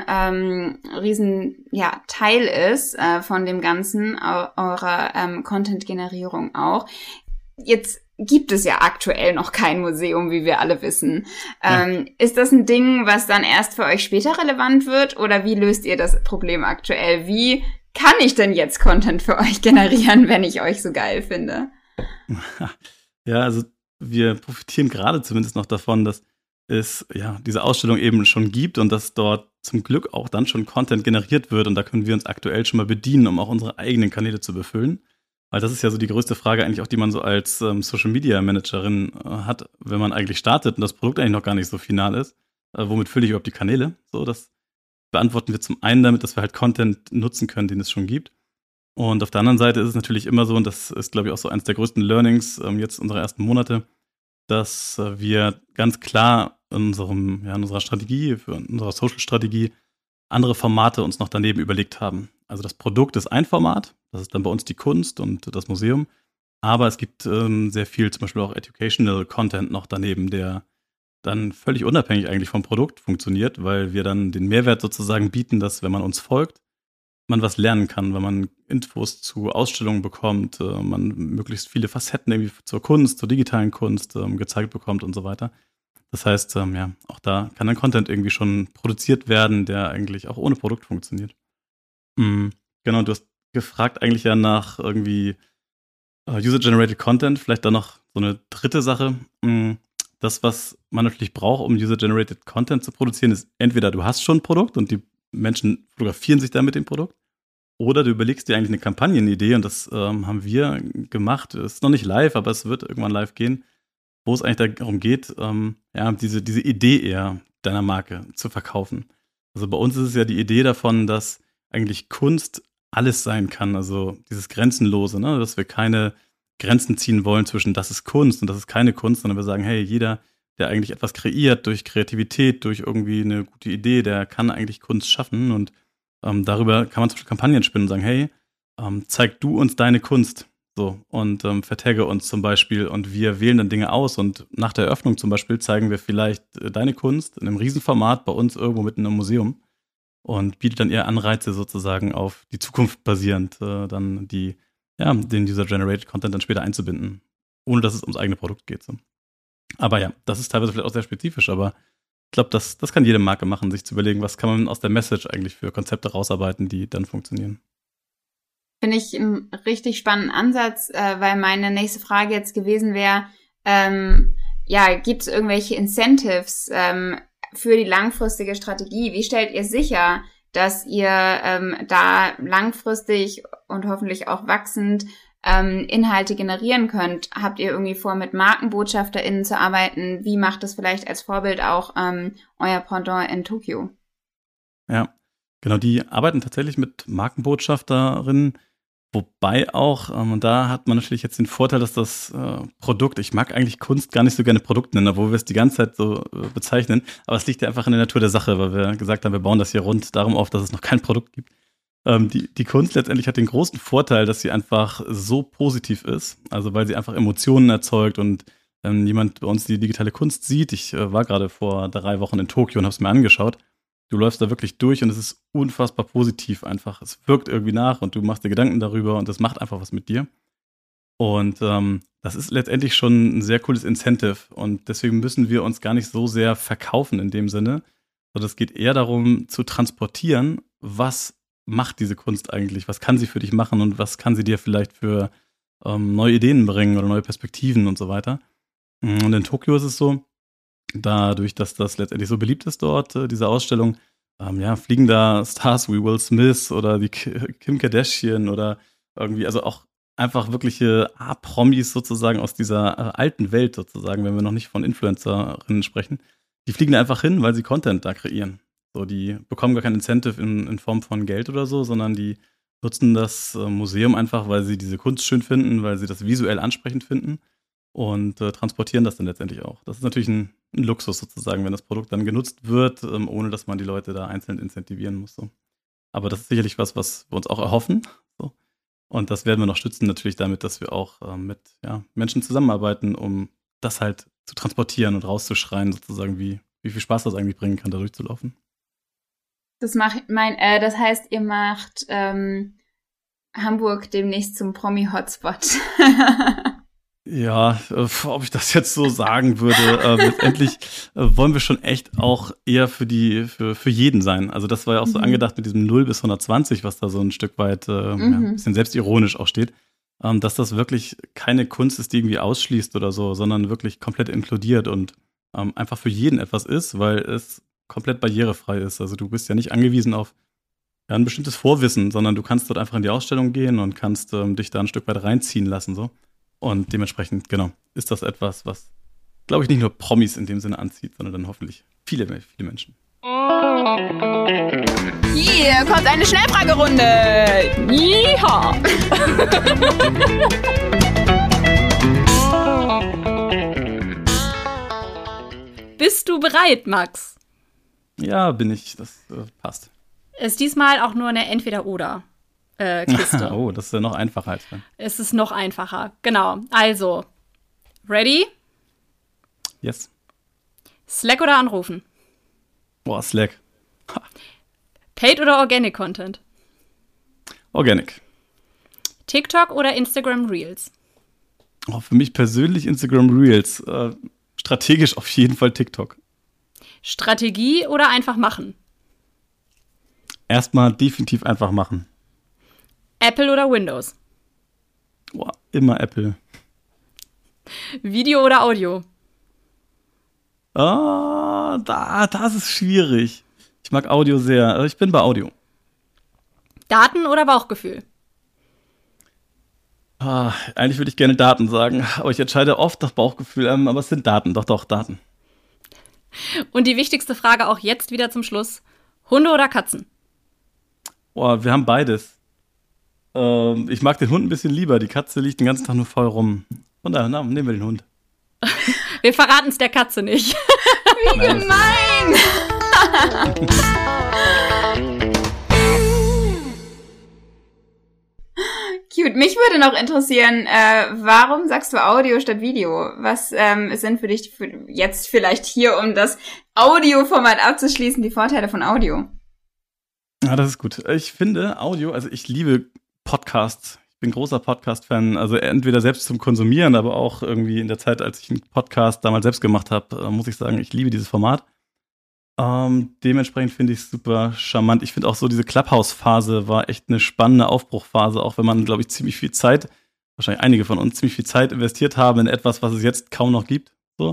Teil ist von dem Ganzen, eurer Content-Generierung auch. Jetzt gibt es ja aktuell noch kein Museum, wie wir alle wissen. Ist das ein Ding, was dann erst für euch später relevant wird, oder wie löst ihr das Problem aktuell? Wie kann ich denn jetzt Content für euch generieren, wenn ich euch so geil finde? Ja, also wir profitieren gerade zumindest noch davon, dass es diese Ausstellung eben schon gibt und dass dort zum Glück auch dann schon Content generiert wird, und da können wir uns aktuell schon mal bedienen, um auch unsere eigenen Kanäle zu befüllen. Weil das ist ja so die größte Frage eigentlich auch, die man so als Social Media Managerin hat, wenn man eigentlich startet und das Produkt eigentlich noch gar nicht so final ist. Womit fülle ich überhaupt die Kanäle? So, das beantworten wir zum einen damit, dass wir halt Content nutzen können, den es schon gibt. Und auf der anderen Seite ist es natürlich immer so, und das ist, glaube ich, auch so eines der größten Learnings jetzt unserer ersten Monate, dass wir ganz klar in unserer Strategie, für unserer Social-Strategie, andere Formate uns noch daneben überlegt haben. Also das Produkt ist ein Format, das ist dann bei uns die Kunst und das Museum, aber es gibt sehr viel, zum Beispiel auch Educational Content noch daneben, der dann völlig unabhängig eigentlich vom Produkt funktioniert, weil wir dann den Mehrwert sozusagen bieten, dass, wenn man uns folgt, man was lernen kann, wenn man Infos zu Ausstellungen bekommt, man möglichst viele Facetten irgendwie zur Kunst, zur digitalen Kunst gezeigt bekommt und so weiter. Das heißt, auch da kann dann Content irgendwie schon produziert werden, der eigentlich auch ohne Produkt funktioniert. Genau, du hast gefragt eigentlich ja nach irgendwie User-Generated Content, vielleicht dann noch so eine dritte Sache. Das, was man natürlich braucht, um User-Generated Content zu produzieren, ist entweder du hast schon ein Produkt und die Menschen fotografieren sich dann mit dem Produkt, oder du überlegst dir eigentlich eine Kampagnenidee, und das haben wir gemacht. Es ist noch nicht live, aber es wird irgendwann live gehen, wo es eigentlich darum geht, diese Idee eher deiner Marke zu verkaufen. Also bei uns ist es ja die Idee davon, dass eigentlich Kunst alles sein kann, also dieses Grenzenlose, ne? Dass wir keine Grenzen ziehen wollen zwischen das ist Kunst und das ist keine Kunst, sondern wir sagen, hey, jeder, der eigentlich etwas kreiert durch Kreativität, durch irgendwie eine gute Idee, der kann eigentlich Kunst schaffen, und darüber kann man zum Beispiel Kampagnen spinnen und sagen, hey, zeig du uns deine Kunst, so, und vertagge uns zum Beispiel, und wir wählen dann Dinge aus, und nach der Eröffnung zum Beispiel zeigen wir vielleicht deine Kunst in einem Riesenformat bei uns irgendwo mitten im Museum und bietet dann eher Anreize sozusagen auf die Zukunft basierend, dann die den User-Generated Content dann später einzubinden, ohne dass es ums eigene Produkt geht. So. Aber ja, das ist teilweise vielleicht auch sehr spezifisch, aber ich glaube, das kann jede Marke machen, sich zu überlegen, was kann man aus der Message eigentlich für Konzepte rausarbeiten, die dann funktionieren. Finde ich einen richtig spannenden Ansatz, weil meine nächste Frage jetzt gewesen wäre, gibt es irgendwelche Incentives für die langfristige Strategie? Wie stellt ihr sicher, dass ihr da langfristig und hoffentlich auch wachsend Inhalte generieren könnt? Habt ihr irgendwie vor, mit MarkenbotschafterInnen zu arbeiten? Wie macht das vielleicht als Vorbild auch euer Pendant in Tokio? Ja, genau, die arbeiten tatsächlich mit Markenbotschafterinnen, wobei auch, und da hat man natürlich jetzt den Vorteil, dass das Produkt, ich mag eigentlich Kunst gar nicht so gerne Produkt nennen, obwohl wir es die ganze Zeit so bezeichnen, aber es liegt ja einfach in der Natur der Sache, weil wir gesagt haben, wir bauen das hier rund darum auf, dass es noch kein Produkt gibt. Die Kunst letztendlich hat den großen Vorteil, dass sie einfach so positiv ist, also weil sie einfach Emotionen erzeugt und jemand bei uns die digitale Kunst sieht, ich war gerade vor 3 Wochen in Tokio und habe es mir angeschaut, du läufst da wirklich durch und es ist unfassbar positiv einfach, es wirkt irgendwie nach und du machst dir Gedanken darüber und das macht einfach was mit dir und das ist letztendlich schon ein sehr cooles Incentive und deswegen müssen wir uns gar nicht so sehr verkaufen in dem Sinne, sondern es geht eher darum zu transportieren, was macht diese Kunst eigentlich? Was kann sie für dich machen und was kann sie dir vielleicht für neue Ideen bringen oder neue Perspektiven und so weiter? Und in Tokio ist es so, dadurch, dass das letztendlich so beliebt ist dort, diese Ausstellung, fliegen da Stars wie Will Smith oder die Kim Kardashian oder irgendwie, also auch einfach wirkliche A-Promis sozusagen aus dieser alten Welt sozusagen, wenn wir noch nicht von Influencerinnen sprechen. Die fliegen da einfach hin, weil sie Content da kreieren. So, die bekommen gar kein Incentive in Form von Geld oder so, sondern die nutzen das Museum einfach, weil sie diese Kunst schön finden, weil sie das visuell ansprechend finden und transportieren das dann letztendlich auch. Das ist natürlich ein Luxus sozusagen, wenn das Produkt dann genutzt wird, ohne dass man die Leute da einzeln incentivieren muss. So. Aber das ist sicherlich was wir uns auch erhoffen. So. Und das werden wir noch stützen natürlich damit, dass wir auch mit Menschen zusammenarbeiten, um das halt zu transportieren und rauszuschreien sozusagen, wie viel Spaß das eigentlich bringen kann, da durchzulaufen. Das heißt, ihr macht Hamburg demnächst zum Promi-Hotspot. Ja, ob ich das jetzt so sagen würde, letztendlich wollen wir schon echt auch eher für jeden sein. Also das war ja auch so angedacht mit diesem 0 bis 120, was da so ein Stück weit ein bisschen selbstironisch auch steht, dass das wirklich keine Kunst ist, die irgendwie ausschließt oder so, sondern wirklich komplett inkludiert und einfach für jeden etwas ist, weil es komplett barrierefrei ist. Also du bist ja nicht angewiesen auf ein bestimmtes Vorwissen, sondern du kannst dort einfach in die Ausstellung gehen und kannst dich da ein Stück weit reinziehen lassen. So. Und dementsprechend, genau, ist das etwas, was, glaube ich, nicht nur Promis in dem Sinne anzieht, sondern dann hoffentlich viele, viele Menschen. Hier kommt eine Schnellfragerunde. Yeehaw! Bist du bereit, Max? Ja, bin ich. Das passt. Ist diesmal auch nur eine Entweder-Oder-Kiste. Oh, das ist ja noch einfacher als dann. Es ist noch einfacher. Genau. Also, ready? Yes. Slack oder anrufen? Boah, Slack. Ha. Paid oder Organic Content? Organic. TikTok oder Instagram Reels? Oh, für mich persönlich Instagram Reels. Strategisch auf jeden Fall TikTok. Strategie oder einfach machen? Erstmal definitiv einfach machen. Apple oder Windows? Boah, immer Apple. Video oder Audio? Das ist schwierig. Ich mag Audio sehr. Also ich bin bei Audio. Daten oder Bauchgefühl? Eigentlich würde ich gerne Daten sagen, aber ich entscheide oft nach Bauchgefühl. Aber es sind Daten, doch, Daten. Und die wichtigste Frage auch jetzt wieder zum Schluss. Hunde oder Katzen? Boah, wir haben beides. Ich mag den Hund ein bisschen lieber. Die Katze liegt den ganzen Tag nur faul rum. Von daher nehmen wir den Hund. Wir verraten es der Katze nicht. Wie gemein! Cute. Mich würde noch interessieren, warum sagst du Audio statt Video? Was sind für dich jetzt vielleicht hier, um das Audioformat abzuschließen, die Vorteile von Audio? Ja, das ist gut. Ich finde Audio, also ich liebe Podcasts. bin großer Podcast-Fan, also entweder selbst zum Konsumieren, aber auch irgendwie in der Zeit, als ich einen Podcast damals selbst gemacht habe, muss ich sagen, ich liebe dieses Format. Dementsprechend finde ich es super charmant. Ich finde auch so, diese Clubhouse-Phase war echt eine spannende Aufbruchphase, auch wenn man, glaube ich, ziemlich viel Zeit, wahrscheinlich einige von uns, ziemlich viel Zeit investiert haben in etwas, was es jetzt kaum noch gibt. So.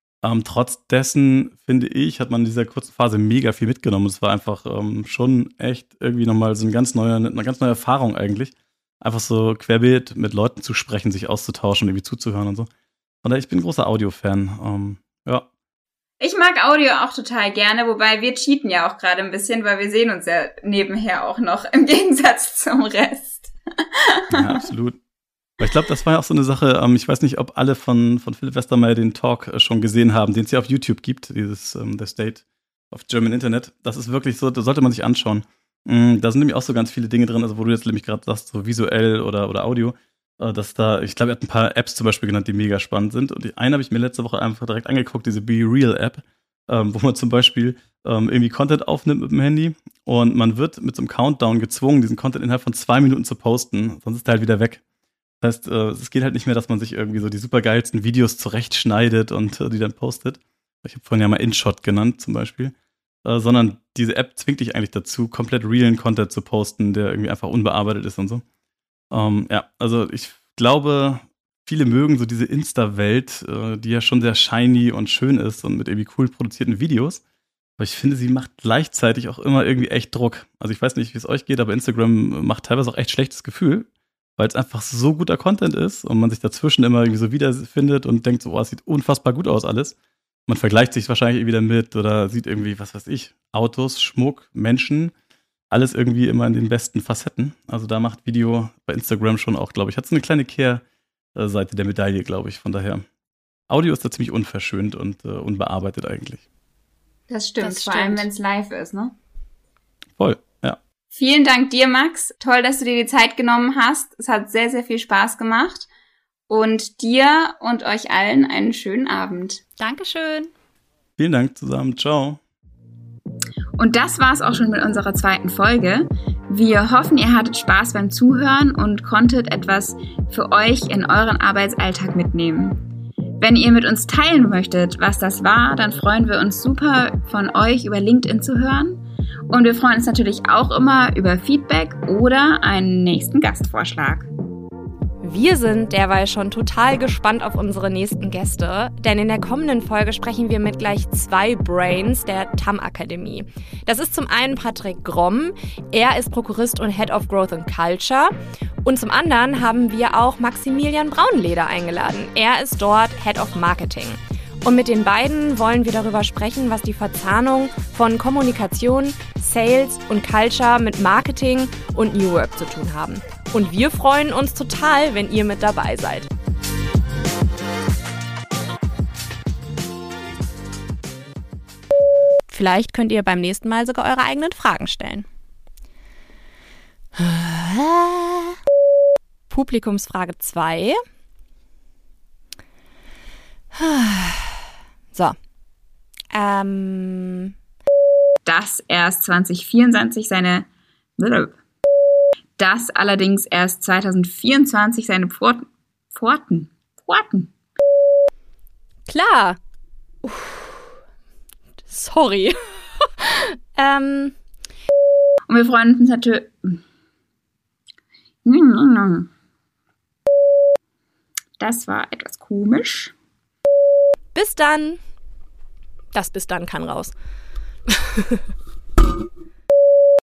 Trotz dessen, finde ich, hat man in dieser kurzen Phase mega viel mitgenommen. Es war einfach schon echt irgendwie nochmal so eine ganz neue Erfahrung eigentlich. Einfach so querbeet mit Leuten zu sprechen, sich auszutauschen, irgendwie zuzuhören und so. Von daher, ich bin ein großer Audio-Fan. Ja. Ich mag Audio auch total gerne, wobei wir cheaten ja auch gerade ein bisschen, weil wir sehen uns ja nebenher auch noch im Gegensatz zum Rest. Ja, absolut. Aber ich glaube, das war ja auch so eine Sache, ich weiß nicht, ob alle von Philipp Westermeier den Talk schon gesehen haben, den es ja auf YouTube gibt, dieses The State of German Internet. Das ist wirklich so, das sollte man sich anschauen. Da sind nämlich auch so ganz viele Dinge drin, also wo du jetzt nämlich gerade sagst, so visuell oder Audio, dass da, ich glaube, er hat ein paar Apps zum Beispiel genannt, die mega spannend sind. Und die eine habe ich mir letzte Woche einfach direkt angeguckt, diese Be Real App, wo man zum Beispiel irgendwie Content aufnimmt mit dem Handy und man wird mit so einem Countdown gezwungen, diesen Content innerhalb von 2 Minuten zu posten, sonst ist er halt wieder weg. Das heißt, es geht halt nicht mehr, dass man sich irgendwie so die supergeilsten Videos zurechtschneidet und die dann postet. Ich habe vorhin ja mal InShot genannt zum Beispiel. Sondern diese App zwingt dich eigentlich dazu, komplett realen Content zu posten, der irgendwie einfach unbearbeitet ist und so. Ja, also ich glaube, viele mögen so diese Insta-Welt, die ja schon sehr shiny und schön ist und mit irgendwie cool produzierten Videos. Aber ich finde, sie macht gleichzeitig auch immer irgendwie echt Druck. Also ich weiß nicht, wie es euch geht, aber Instagram macht teilweise auch echt schlechtes Gefühl, weil es einfach so guter Content ist und man sich dazwischen immer irgendwie so wiederfindet und denkt so, oh, es sieht unfassbar gut aus alles. Man vergleicht sich wahrscheinlich wieder mit oder sieht irgendwie, was weiß ich, Autos, Schmuck, Menschen, alles irgendwie immer in den besten Facetten. Also da macht Video bei Instagram schon auch, glaube ich, hat so eine kleine Kehrseite der Medaille, glaube ich. Von daher, Audio ist da ziemlich unverschönt und unbearbeitet eigentlich. Das stimmt, vor allem wenn es live ist, ne? Voll, ja. Vielen Dank dir, Max. Toll, dass du dir die Zeit genommen hast. Es hat sehr, sehr viel Spaß gemacht. Und dir und euch allen einen schönen Abend. Dankeschön. Vielen Dank zusammen. Ciao. Und das war's auch schon mit unserer zweiten Folge. Wir hoffen, ihr hattet Spaß beim Zuhören und konntet etwas für euch in euren Arbeitsalltag mitnehmen. Wenn ihr mit uns teilen möchtet, was das war, dann freuen wir uns super, von euch über LinkedIn zu hören. Und wir freuen uns natürlich auch immer über Feedback oder einen nächsten Gastvorschlag. Wir sind derweil schon total gespannt auf unsere nächsten Gäste, denn in der kommenden Folge sprechen wir mit gleich 2 Brains der TAM-Akademie. Das ist zum einen Patrick Gromm, er ist Prokurist und Head of Growth and Culture. Und zum anderen haben wir auch Maximilian Braunleder eingeladen. Er ist dort Head of Marketing. Und mit den beiden wollen wir darüber sprechen, was die Verzahnung von Kommunikation, Sales und Culture mit Marketing und New Work zu tun haben. Und wir freuen uns total, wenn ihr mit dabei seid. Vielleicht könnt ihr beim nächsten Mal sogar eure eigenen Fragen stellen. Publikumsfrage 2. So. Dass erst 2024 seine... Dass allerdings erst 2024 seine Pforten. Klar. Sorry. Und wir freuen uns natürlich... Das war etwas komisch. Bis dann. Das bis dann kann raus.